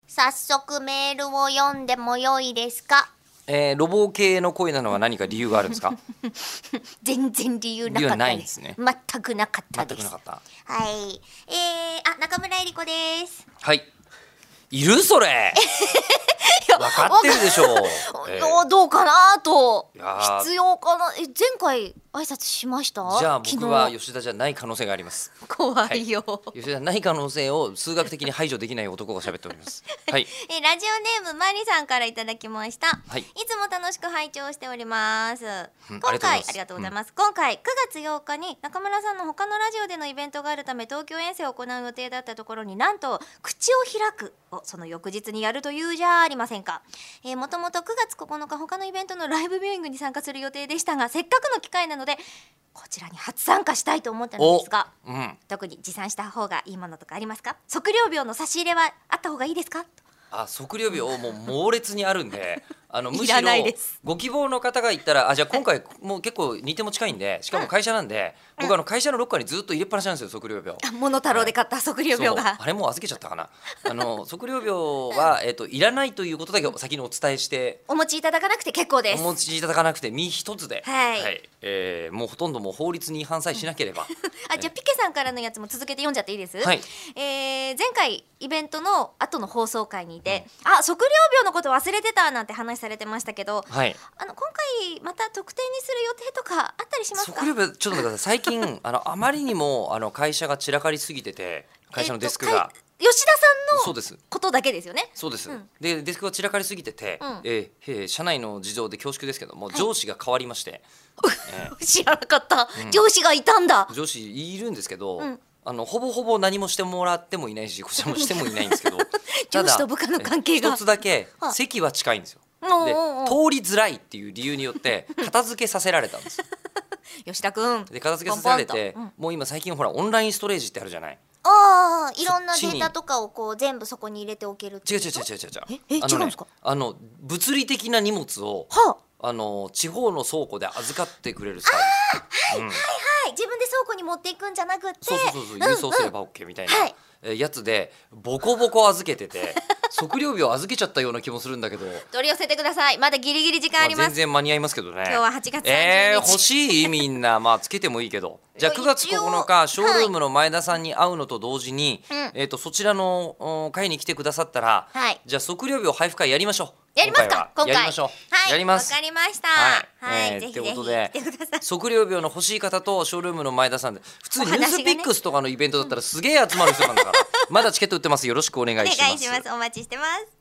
早速メールを読んでもよいですか？ ロボ系の声なのは何か理由があるんですか？ 全然理由なか理由はったで。 ないんですすね。 全くなかった全です。 くなかった。 はい。中村えり子です。 はい。いるそれ。分かってるでしょう。 どうかなと。 いやー必要かな。前回挨拶しました？ じゃあ昨日僕は吉田じゃない可能性があります。 怖いよ。 吉田ない可能性を数学的に排除できない男が喋っております。はい。 ラジオネームマリさんからいただきました。 はい。 いつも楽しく拝聴しております。今ありがとうございます回ありがとうございます。今回9月8日に中村さんの他のラジオでのイベントがあるため東京遠征を行う予定だったところになんと口を開くをその翌日にやるというじゃありませんか。もともと9月9日他のイベントのライブビューイングに参加する予定でしたが、せっかくの機会なのでこちらに初参加したいと思ったのですが、特に持参した方がいいものとかありますか？測量秒の差し入れはあった方がいいですか？ 測量秒もう猛烈にあるんでむしろいらないですご希望の方がいったらじゃあ今回もう結構日程も近いんで、しかも会社なんで、僕会社のロッカーにずっと入れっぱなしなんですよ、測量秒。 モノ太郎で買った測量秒が。 あれもう預けちゃったかな。測量秒は、いらないということだけ先にお伝えしてお持ちいただかなくて結構です。 お持ちいただかなくて身一つで、 はいもうほとんどもう法律に違反さえしなければじゃあピケさんからのやつも続けて読んじゃっていいです？ はい。 前回イベントの後の放送回にいて、測量秒のこと忘れてたなんて話されてましたけど、 はい。 今回また特定にする予定とかあったりしますか？ 測量秒ちょっと待ってください。最近あまりにも会社が散らかりすぎてて、会社のデスクが、 吉田さんのそうですことだけですよね。 そうです、でデスクが散らかりすぎてて、社内の事情で恐縮ですけども、上司が変わりまして、 知らなかった、上司がいたんだ。 上司いるんですけど、ほぼほぼ何もしてもらってもいないし、こちらもしてもいないんですけど上司と部下の関係が一つだけ席は近いんですよ。で通りづらいっていう理由によって片付けさせられたんですよ。 吉田君で片付けさせられて、もう今最近ほらオンラインストレージってあるじゃない。 いろんなデータとかをこう全部そこに入れておけるって違う。 違うんですか？ 物理的な荷物を地方の倉庫で預かってくれるサービス。 自分で倉庫に持っていくんじゃなくて、 そう郵送すれば OK みたいなやつでボコボコ預けてて測量秒預けちゃったような気もするんだけど、 取り寄せてください。まだギリギリ時間あります。 全然間に合いますけどね。 今日は8月30日。 欲しいみんなつけてもいいけど、じゃあ9月9日ショールームの前田さんに会うのと同時に、そちらの会に来てくださったら、じゃあ測量秒配布会やりましょう。 やりますか？今回やりましょう。やります。 わかりました。ぜひぜひ来てください。 測量秒の欲しい方とショールームの前田さんで、普通にニュースピックスとかのイベントだったらすげえ集まる人なんだからまだチケット売ってます。よろしくお願いします。 お待ちしてます。